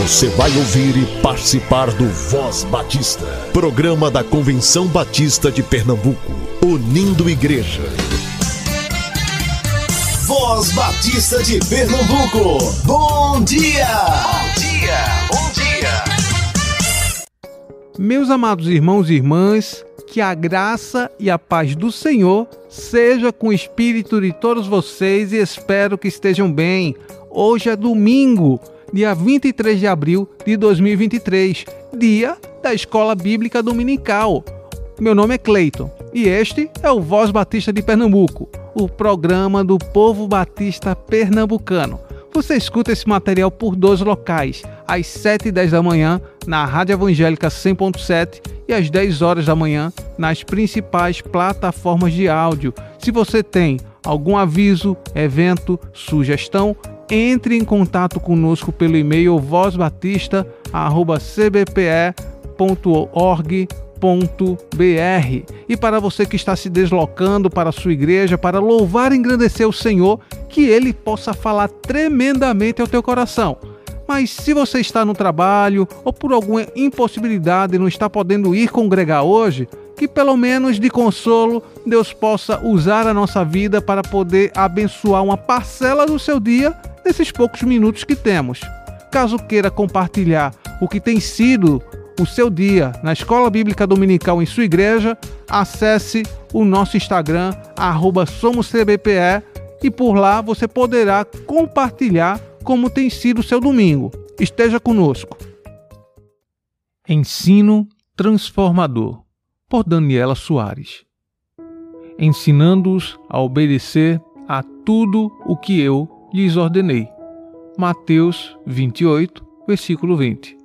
Você vai ouvir e participar do Voz Batista, programa da Convenção Batista de Pernambuco, unindo igreja. Voz Batista de Pernambuco, bom dia! Bom dia, bom dia! Meus amados irmãos e irmãs, que a graça e a paz do Senhor seja com o espírito de todos vocês e espero que estejam bem. Hoje é domingo, dia 23 de abril de 2023, dia da Escola Bíblica Dominical. Meu nome é Cleiton e este é o Voz Batista de Pernambuco, o programa do povo batista pernambucano. Você escuta esse material por dois locais, às 7h10 da manhã na Rádio Evangélica 100.7 e às 10 horas da manhã nas principais plataformas de áudio. Se você tem algum aviso, evento, sugestão, entre em contato conosco pelo e-mail vozbatista@cbpe.org.br. E para você que está se deslocando para a sua igreja para louvar e engrandecer o Senhor, que Ele possa falar tremendamente ao teu coração. Mas se você está no trabalho ou por alguma impossibilidade e não está podendo ir congregar hoje, que pelo menos de consolo Deus possa usar a nossa vida para poder abençoar uma parcela do seu dia nesses poucos minutos que temos. Caso queira compartilhar o que tem sido o seu dia na Escola Bíblica Dominical em sua igreja, acesse o nosso Instagram, @somoscbpe, e por lá você poderá compartilhar como tem sido o seu domingo. Esteja conosco. Ensino transformador, por Daniela Soares. Ensinando-os a obedecer a tudo o que eu lhes ordenei. Mateus 28, versículo 20.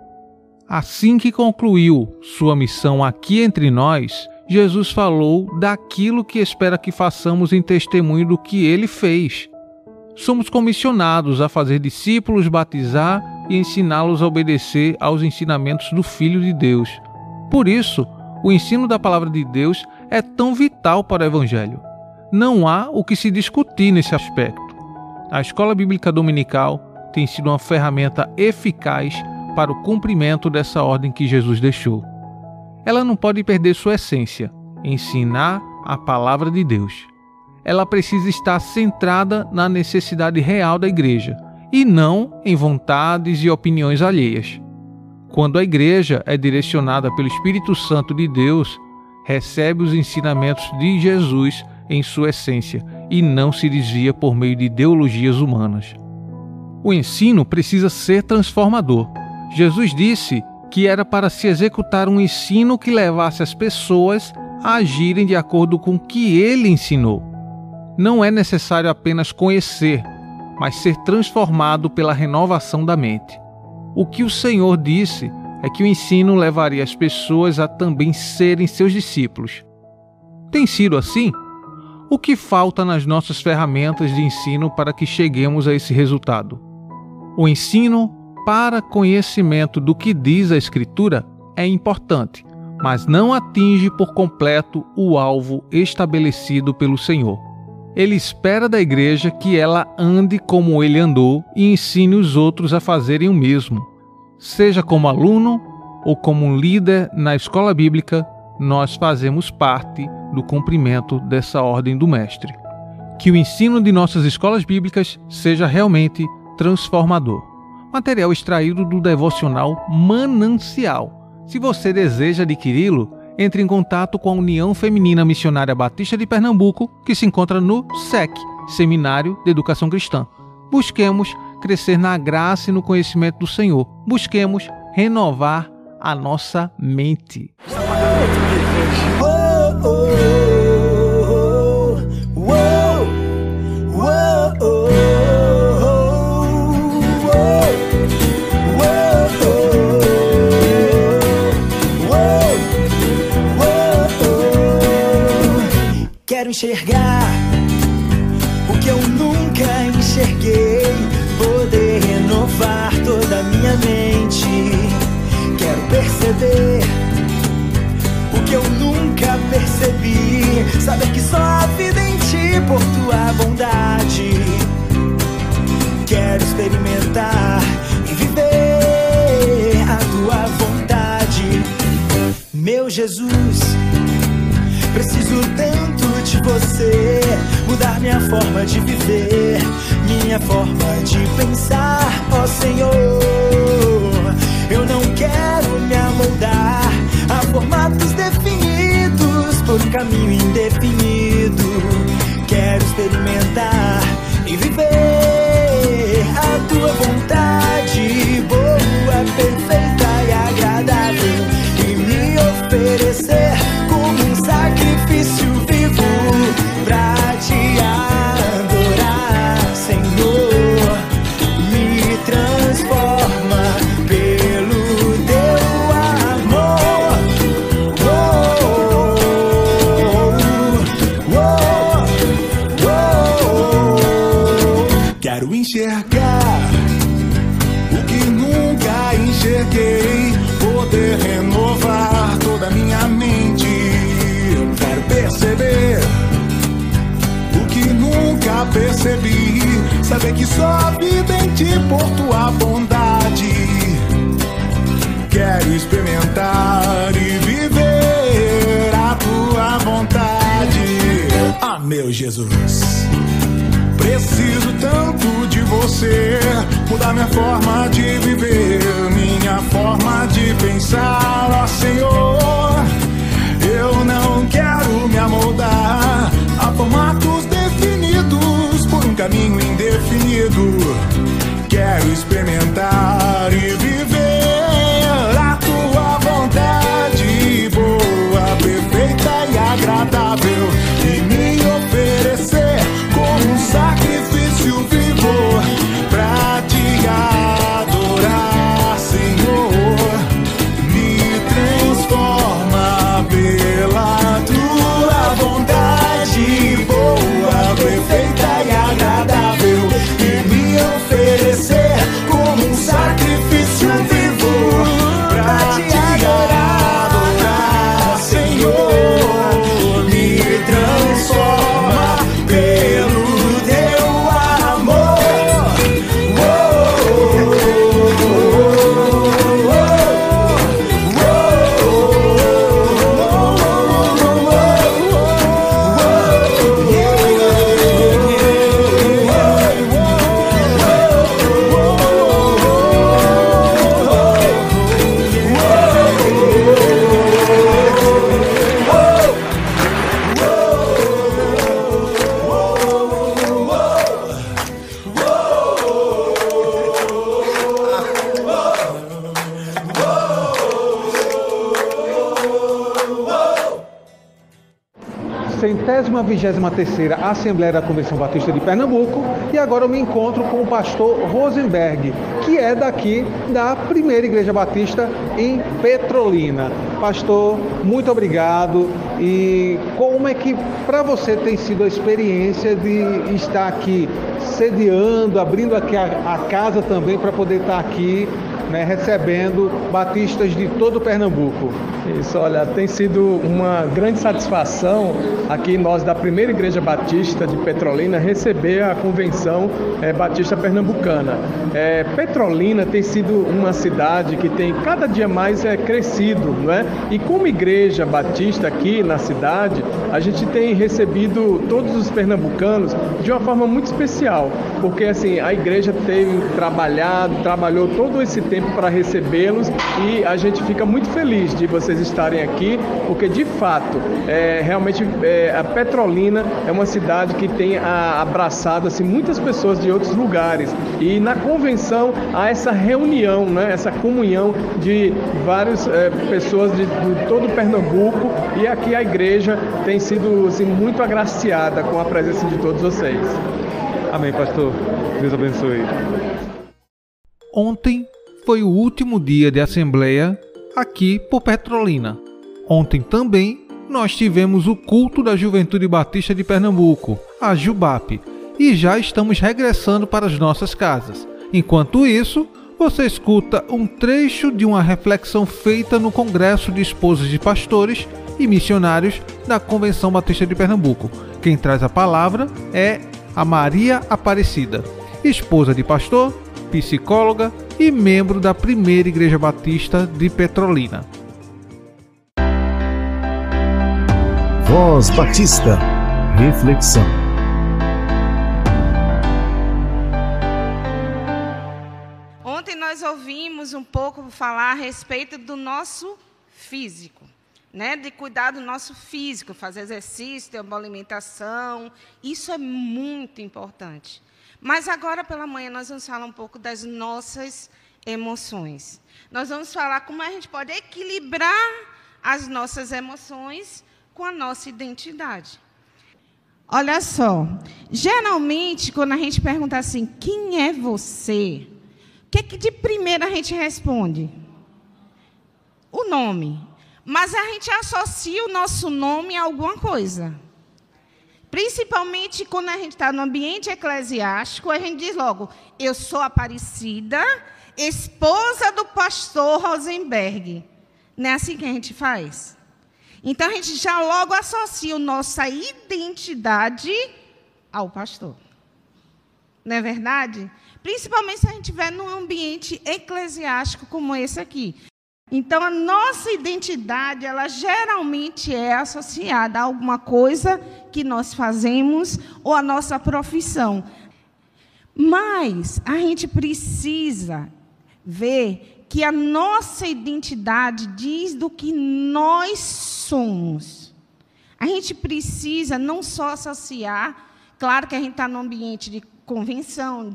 Assim que concluiu sua missão aqui entre nós, Jesus falou daquilo que espera que façamos em testemunho do que ele fez. Somos comissionados a fazer discípulos, batizar e ensiná-los a obedecer aos ensinamentos do Filho de Deus. Por isso, o ensino da Palavra de Deus é tão vital para o Evangelho. Não há o que se discutir nesse aspecto. A Escola Bíblica Dominical tem sido uma ferramenta eficaz para o cumprimento dessa ordem que Jesus deixou. Ela não pode perder sua essência, ensinar a Palavra de Deus. Ela precisa estar centrada na necessidade real da igreja e não em vontades e opiniões alheias. Quando a igreja é direcionada pelo Espírito Santo de Deus, recebe os ensinamentos de Jesus em sua essência e não se desvia por meio de ideologias humanas. O ensino precisa ser transformador. Jesus disse que era para se executar um ensino que levasse as pessoas a agirem de acordo com o que ele ensinou. Não é necessário apenas conhecer, mas ser transformado pela renovação da mente. O que o Senhor disse é que o ensino levaria as pessoas a também serem seus discípulos. Tem sido assim? O que falta nas nossas ferramentas de ensino para que cheguemos a esse resultado? O ensino para conhecimento do que diz a Escritura é importante, mas não atinge por completo o alvo estabelecido pelo Senhor. Ele espera da igreja que ela ande como ele andou e ensine os outros a fazerem o mesmo. Seja como aluno ou como um líder na escola bíblica, nós fazemos parte do cumprimento dessa ordem do Mestre. Que o ensino de nossas escolas bíblicas seja realmente transformador. Material extraído do devocional Manancial. Se você deseja adquiri-lo, entre em contato com a União Feminina Missionária Batista de Pernambuco, que se encontra no SEC, Seminário de Educação Cristã. Busquemos crescer na graça e no conhecimento do Senhor. Busquemos renovar a nossa mente. Quero enxergar o que eu nunca enxerguei, poder renovar toda a minha mente. Quero perceber o que eu nunca percebi, saber que só a vida em ti por tua bondade. Quero experimentar e viver Jesus. Preciso tanto de você, mudar minha forma de viver, minha forma de pensar, ó Senhor. Eu não quero me amoldar a formatos definidos por um caminho indefinido. Quero experimentar e viver a tua vontade boa, perfeita e agradável, e me oferecer como um sacrifício vivo pra te adorar, Senhor. Me transforma pelo teu amor. Quero enxergar o que nunca enxerguei, poder renovar toda a minha mente. Quero perceber o que nunca percebi, saber que só a vida em ti por tua bondade. Quero experimentar e viver a tua vontade. Ah, meu Jesus, preciso tanto de você, mudar minha forma de viver, minha forma de pensar, ó Senhor. Eu não quero me amoldar a formatos definidos por um caminho indefinido. Quero experimentar e viver a tua vontade boa, perfeita e agradável, e me oferecer como um sacrifício vivo pra te adorar, Senhor. Me transforma pela tua vontade boa, perfeita e agradável, e me oferecer como um sacrifício vivo pra te adorar, Senhor. Me transforma pelo teu amor. Centésima 23ª Assembleia da Convenção Batista de Pernambuco, e agora eu me encontro com o pastor Rosenberg, que é daqui da Primeira Igreja Batista em Petrolina. Pastor, muito obrigado. E como é que para você tem sido a experiência de estar aqui sediando, abrindo aqui a casa também para poder estar aqui, né, recebendo batistas de todo o Pernambuco? Isso, olha, tem sido uma grande satisfação aqui nós da Primeira Igreja Batista de Petrolina receber a Convenção Batista Pernambucana. Petrolina tem sido uma cidade que tem cada dia mais crescido, não é? E como igreja batista aqui na cidade, a gente tem recebido todos os pernambucanos de uma forma muito especial, porque assim, a igreja trabalhou todo esse tempo para recebê-los, e a gente fica muito feliz de vocês estarem aqui, porque de fato, realmente a Petrolina é uma cidade que tem abraçado assim, muitas pessoas de outros lugares, e na convenção há essa reunião, né, essa comunhão de várias pessoas de todo Pernambuco, e aqui a igreja tem sido assim, muito agraciada com a presença de todos vocês. Amém, pastor. Deus abençoe. Ontem foi o último dia de assembleia aqui por Petrolina. Ontem também nós tivemos o culto da Juventude Batista de Pernambuco, a JUBAP, e já estamos regressando para as nossas casas. Enquanto isso, você escuta um trecho de uma reflexão feita no Congresso de Esposas de Pastores e Missionários da Convenção Batista de Pernambuco. Quem traz a palavra é a Maria Aparecida, esposa de pastor, psicóloga e membro da Primeira Igreja Batista de Petrolina. Voz Batista. Reflexão. Ontem nós ouvimos um pouco falar a respeito do nosso físico, né? De cuidar do nosso físico, fazer exercício, ter uma boa alimentação. Isso é muito importante. Mas agora pela manhã nós vamos falar um pouco das nossas emoções. Nós vamos falar como a gente pode equilibrar as nossas emoções com a nossa identidade. Olha só, geralmente quando a gente pergunta assim, quem é você? O que de primeira a gente responde? O nome. Mas a gente associa o nosso nome a alguma coisa. Principalmente quando a gente está no ambiente eclesiástico, a gente diz logo, eu sou Aparecida, esposa do pastor Rosenberg. Não é assim que a gente faz? Então, a gente já logo associa a nossa identidade ao pastor. Não é verdade? Principalmente se a gente estiver num ambiente eclesiástico como esse aqui. Então, a nossa identidade, ela geralmente é associada a alguma coisa que nós fazemos ou a nossa profissão. Mas a gente precisa ver que a nossa identidade diz do que nós somos. A gente precisa não só associar, claro que a gente está no ambiente de convenção,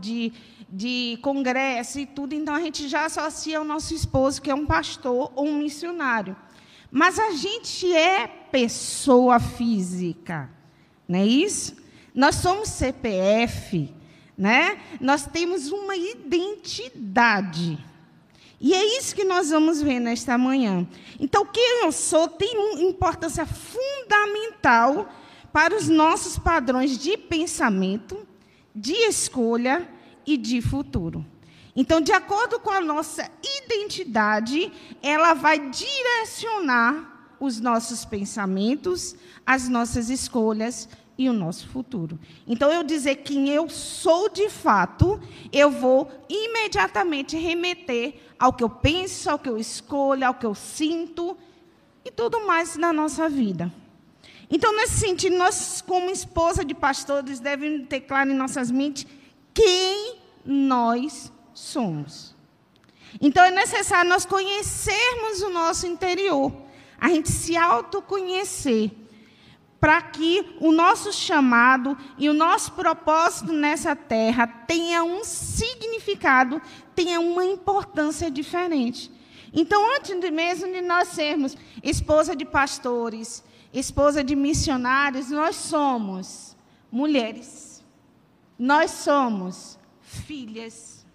de congresso e tudo, então a gente já associa o nosso esposo, que é um pastor ou um missionário. Mas a gente é pessoa física, não é isso? Nós somos CPF, né? Nós temos uma identidade. E é isso que nós vamos ver nesta manhã. Então, quem eu sou tem uma importância fundamental para os nossos padrões de pensamento, de escolha e de futuro. Então, de acordo com a nossa identidade, ela vai direcionar os nossos pensamentos, as nossas escolhas e o nosso futuro. Então, eu dizer quem eu sou de fato, eu vou imediatamente remeter ao que eu penso, ao que eu escolho, ao que eu sinto e tudo mais na nossa vida. Então, nesse sentido, nós, como esposa de pastores, devemos ter claro em nossas mentes quem nós somos. Então, é necessário nós conhecermos o nosso interior, a gente se autoconhecer, para que o nosso chamado e o nosso propósito nessa terra tenha um significado, tenha uma importância diferente. Então, antes mesmo de nós sermos esposa de pastores, esposa de missionários, nós somos mulheres, nós somos filhas,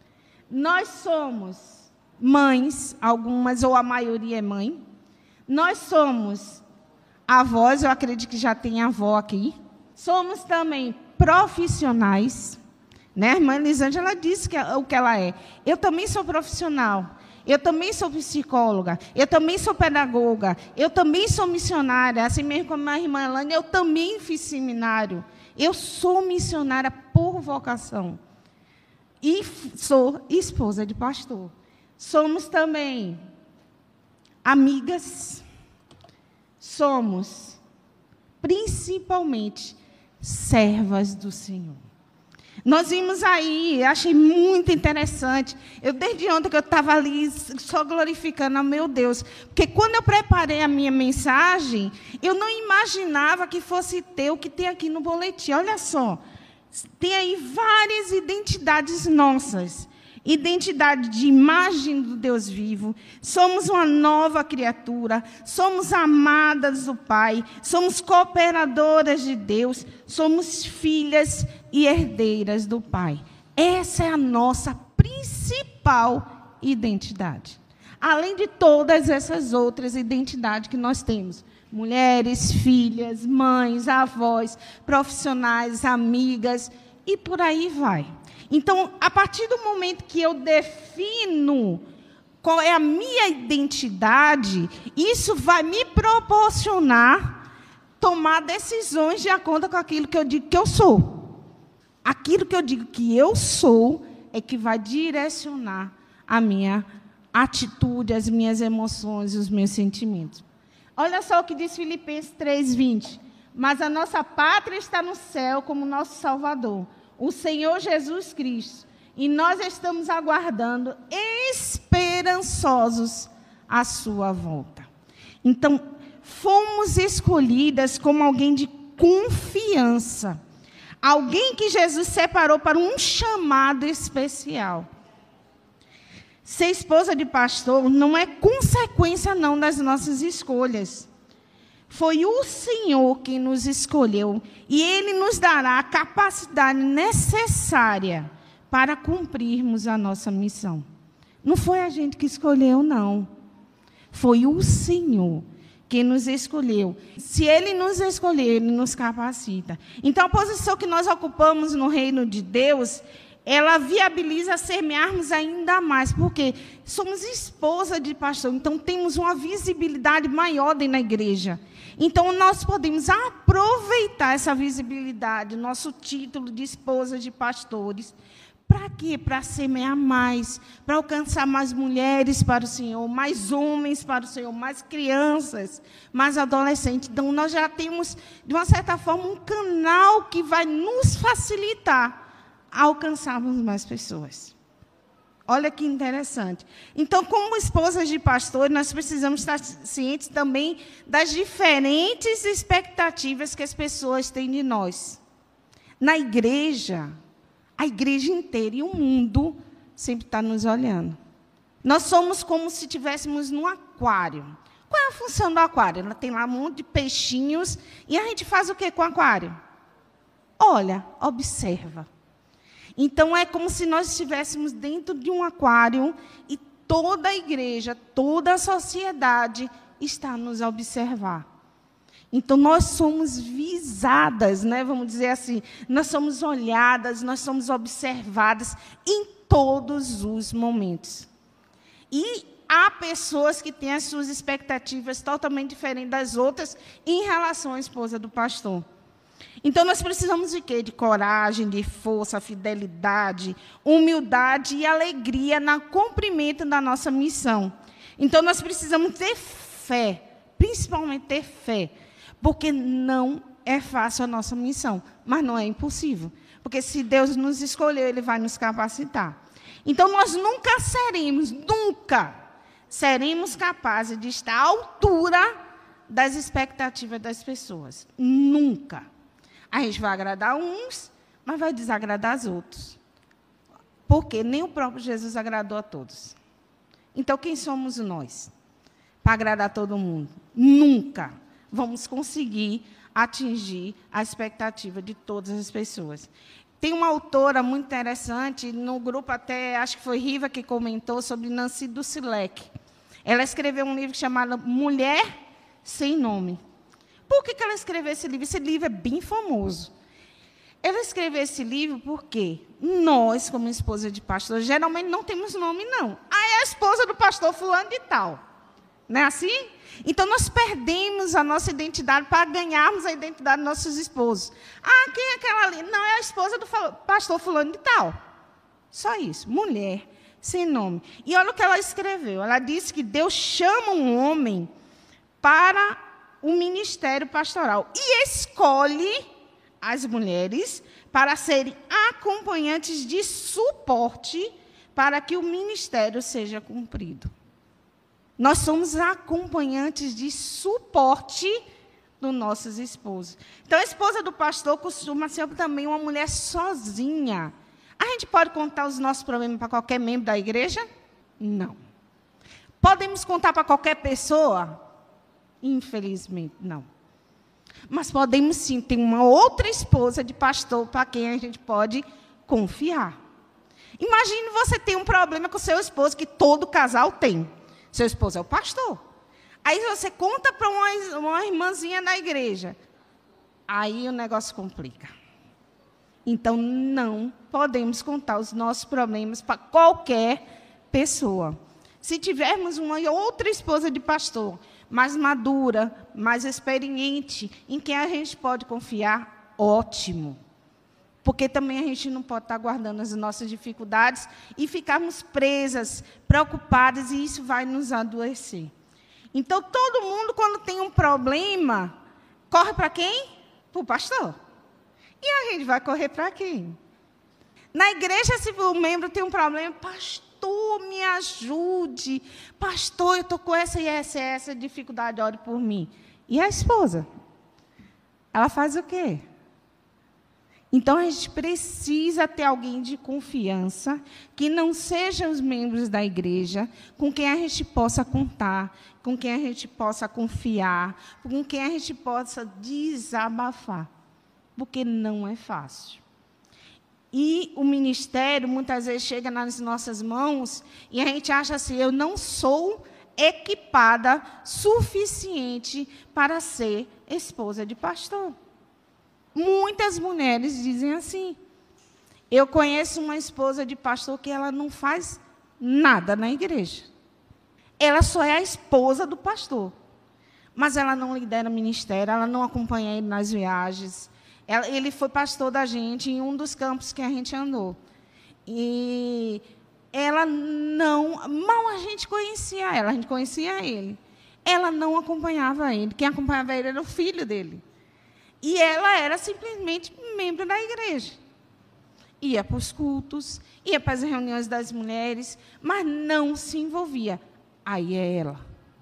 nós somos mães, algumas ou a maioria é mãe, nós somos avós, eu acredito que já tem avó aqui. Somos também profissionais, né? A irmã Elisângela disse o que ela é. Eu também sou profissional, eu também sou psicóloga, eu também sou pedagoga, eu também sou missionária, assim mesmo como a irmã Elane, eu também fiz seminário. Eu sou missionária por vocação e sou esposa de pastor. Somos também amigas, somos, principalmente, servas do Senhor. Nós vimos aí, achei muito interessante. Eu, desde ontem que eu estava ali, só glorificando, meu Deus. Porque quando eu preparei a minha mensagem, eu não imaginava que fosse ter o que tem aqui no boletim. Olha só, tem aí várias identidades nossas. Identidade de imagem do Deus vivo, somos uma nova criatura, somos amadas do Pai, somos cooperadoras de Deus, somos filhas e herdeiras do Pai. Essa é a nossa principal identidade. Além de todas essas outras identidades que nós temos. Mulheres, filhas, mães, avós, profissionais, amigas e por aí vai. Então, a partir do momento que eu defino qual é a minha identidade, isso vai me proporcionar tomar decisões de acordo com aquilo que eu digo que eu sou. Aquilo que eu digo que eu sou é que vai direcionar a minha atitude, as minhas emoções, os meus sentimentos. Olha só o que diz Filipenses 3:20. Mas a nossa pátria está no céu como nosso Salvador, o Senhor Jesus Cristo. E nós estamos aguardando, esperançosos, a sua volta. Então, fomos escolhidas como alguém de confiança. Alguém que Jesus separou para um chamado especial. Ser esposa de pastor não é consequência, não, das nossas escolhas. Foi o Senhor quem nos escolheu. E Ele nos dará a capacidade necessária para cumprirmos a nossa missão. Não foi a gente que escolheu, não. Foi o Senhor que nos escolheu. Se Ele nos escolher, Ele nos capacita. Então, a posição que nós ocupamos no reino de Deus, ela viabiliza semearmos ainda mais, porque somos esposa de pastor, então temos uma visibilidade maior dentro da igreja. Então, nós podemos aproveitar essa visibilidade, nosso título de esposa de pastores. Para quê? Para semear mais, para alcançar mais mulheres para o Senhor, mais homens para o Senhor, mais crianças, mais adolescentes. Então, nós já temos, de uma certa forma, um canal que vai nos facilitar a alcançarmos mais pessoas. Olha que interessante. Então, como esposas de pastor, nós precisamos estar cientes também das diferentes expectativas que as pessoas têm de nós. Na igreja, a igreja inteira e o mundo sempre está nos olhando. Nós somos como se estivéssemos num aquário. Qual é a função do aquário? Ela tem lá um monte de peixinhos. E a gente faz o quê com o aquário? Olha, observa. Então, é como se nós estivéssemos dentro de um aquário e toda a igreja, toda a sociedade está a nos observar. Então, nós somos visadas, né? Vamos dizer assim, nós somos olhadas, nós somos observadas em todos os momentos. E há pessoas que têm as suas expectativas totalmente diferentes das outras em relação à esposa do pastor. Então, nós precisamos de quê? De coragem, de força, fidelidade, humildade e alegria no cumprimento da nossa missão. Então, nós precisamos ter fé, principalmente ter fé, porque não é fácil a nossa missão, mas não é impossível. Porque se Deus nos escolheu, Ele vai nos capacitar. Então, nós nunca seremos capazes de estar à altura das expectativas das pessoas. Nunca. A gente vai agradar uns, mas vai desagradar os outros. Porque nem o próprio Jesus agradou a todos. Então, quem somos nós para agradar todo mundo? Nunca vamos conseguir atingir a expectativa de todas as pessoas. Tem uma autora muito interessante, no grupo até, acho que foi Riva que comentou, sobre Nancy Ducilec. Ela escreveu um livro chamado Mulher Sem Nome. Por que ela escreveu esse livro? Esse livro é bem famoso. Ela escreveu esse livro porque nós, como esposa de pastor, geralmente não temos nome, não. É a esposa do pastor fulano de tal. Não é assim? Então, nós perdemos a nossa identidade para ganharmos a identidade dos nossos esposos. Quem é aquela ali? Não, é a esposa do pastor fulano de tal. Só isso. Mulher sem nome. E olha o que ela escreveu. Ela disse que Deus chama um homem para o ministério pastoral e escolhe as mulheres para serem acompanhantes de suporte para que o ministério seja cumprido. Nós somos acompanhantes de suporte dos nossos esposos. Então, a esposa do pastor costuma ser também uma mulher sozinha. A gente pode contar os nossos problemas para qualquer membro da igreja? Não. Podemos contar para qualquer pessoa? Infelizmente, não. Mas podemos sim ter uma outra esposa de pastor para quem a gente pode confiar. Imagine você ter um problema com seu esposo, que todo casal tem. Seu esposo é o pastor. Aí você conta para uma irmãzinha da igreja. Aí o negócio complica. Então, não podemos contar os nossos problemas para qualquer pessoa. Se tivermos uma outra esposa de pastor, mais madura, mais experiente, em quem a gente pode confiar, ótimo. Porque também a gente não pode estar guardando as nossas dificuldades e ficarmos presas, preocupadas, e isso vai nos adoecer. Então, todo mundo, quando tem um problema, corre para quem? Para o pastor. E a gente vai correr para quem? Na igreja, se o membro tem um problema, pastor, me ajude. Pastor, eu estou com essa dificuldade, ore por mim. E a esposa? Ela faz o quê? Então, a gente precisa ter alguém de confiança, que não sejam os membros da igreja, com quem a gente possa contar, com quem a gente possa confiar, com quem a gente possa desabafar, porque não é fácil. E o ministério, muitas vezes, chega nas nossas mãos e a gente acha assim, eu não sou equipada suficiente para ser esposa de pastor. Muitas mulheres dizem assim. Eu conheço uma esposa de pastor que ela não faz nada na igreja. Ela só é a esposa do pastor. Mas ela não lidera ministério, ela não acompanha ele nas viagens. Ele foi pastor da gente em um dos campos que a gente andou. E ela não... Mal a gente conhecia ela, a gente conhecia ele. Ela não acompanhava ele. Quem acompanhava ele era o filho dele. E ela era simplesmente membro da igreja. Ia para os cultos, ia para as reuniões das mulheres, mas não se envolvia. Aí é ela.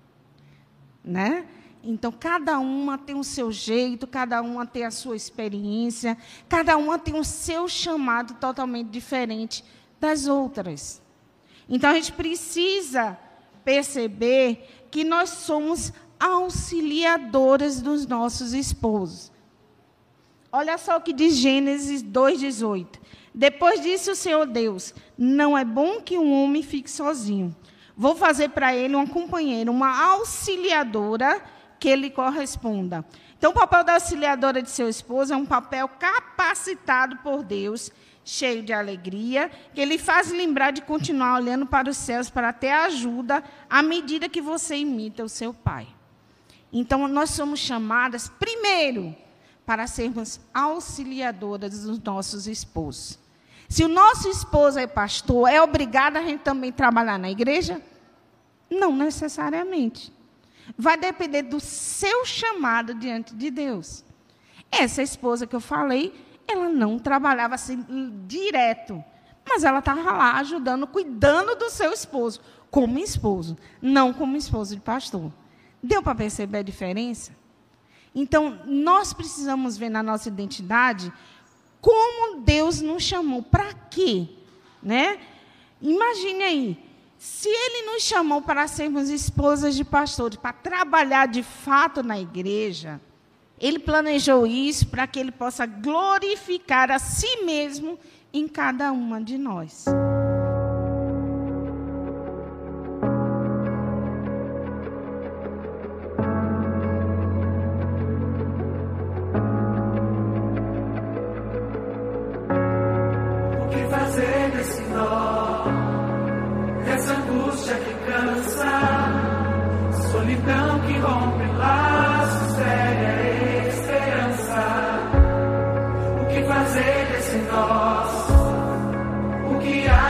Né? Então, cada uma tem o seu jeito, cada uma tem a sua experiência, cada uma tem o seu chamado totalmente diferente das outras. Então, a gente precisa perceber que nós somos auxiliadoras dos nossos esposos. Olha só o que diz Gênesis 2:18. Depois disse o Senhor Deus, não é bom que um homem fique sozinho. Vou fazer para ele uma companheira, uma auxiliadora que lhe corresponda. Então, o papel da auxiliadora de seu esposo é um papel capacitado por Deus, cheio de alegria, que ele faz lembrar de continuar olhando para os céus para ter ajuda à medida que você imita o seu pai. Então, nós somos chamadas, primeiro, para sermos auxiliadoras dos nossos esposos. Se o nosso esposo é pastor, é obrigado a gente também trabalhar na igreja? Não necessariamente. Vai depender do seu chamado diante de Deus. Essa esposa que eu falei, ela não trabalhava assim direto, mas ela estava lá ajudando, cuidando do seu esposo, como esposo, não como esposo de pastor. Deu para perceber a diferença? Então, nós precisamos ver na nossa identidade como Deus nos chamou. Para quê? Né? Imagine aí, se Ele nos chamou para sermos esposas de pastores, para trabalhar de fato na igreja, Ele planejou isso para que Ele possa glorificar a si mesmo em cada uma de nós. Solidão que rompe laços, séria esperança. O que fazer desse nós? O que há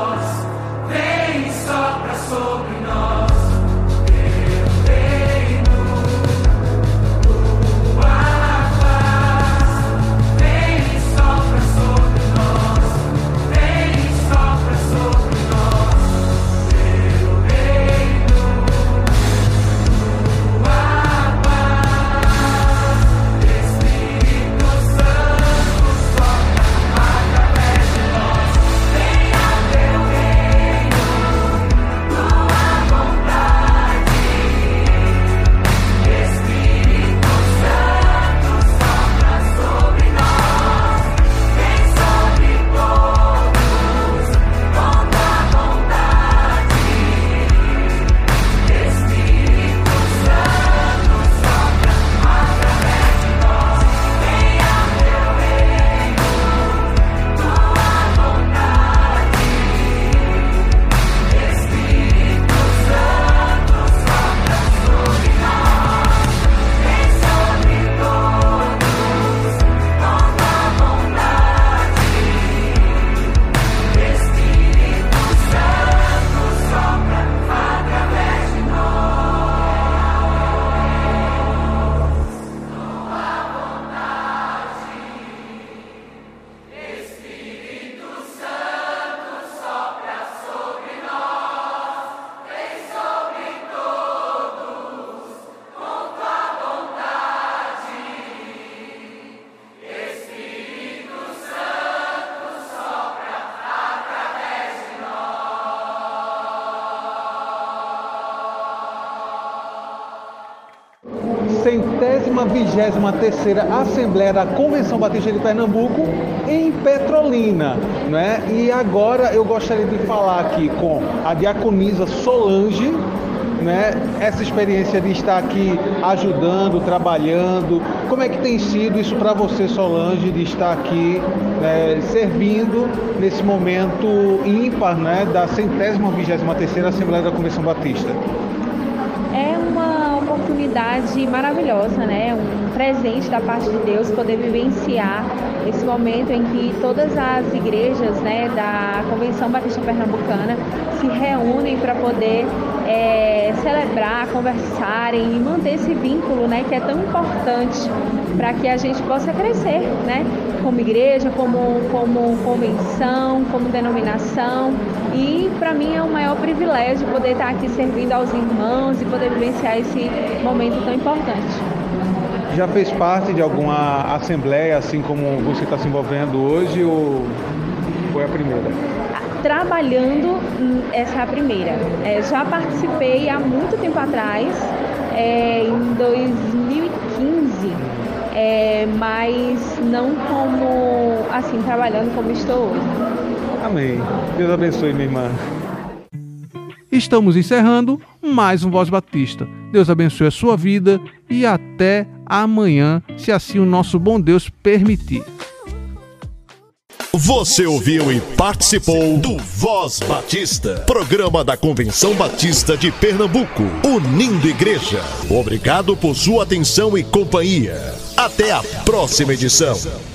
Centésima 23ª Assembleia da Convenção Batista de Pernambuco em Petrolina, né? E agora eu gostaria de falar aqui com a diaconisa Solange, né? Essa experiência de estar aqui ajudando, trabalhando, como é que tem sido isso para você, Solange, de estar aqui, né, servindo nesse momento ímpar, né, da centésima 23ª Assembleia da Convenção Batista? É uma oportunidade maravilhosa, né? Um presente da parte de Deus poder vivenciar esse momento em que todas as igrejas, né, da Convenção Batista Pernambucana se reúnem para poder celebrar, conversarem e manter esse vínculo, né, que é tão importante para que a gente possa crescer, né, como igreja, como convenção, como denominação. E para mim é um maior privilégio poder estar aqui servindo aos irmãos e poder vivenciar esse momento tão importante. Já fez parte de alguma assembleia, assim como você está se envolvendo hoje, ou foi a primeira? Trabalhando, essa é a primeira. Já participei há muito tempo atrás, em 2015, mas não como, assim, trabalhando como estou hoje. Amém. Deus abençoe, minha irmã. Estamos encerrando mais um Voz Batista. Deus abençoe a sua vida e até amanhã, se assim o nosso bom Deus permitir. Você ouviu e participou do Voz Batista, programa da Convenção Batista de Pernambuco, unindo igreja. Obrigado por sua atenção e companhia. Até a próxima edição.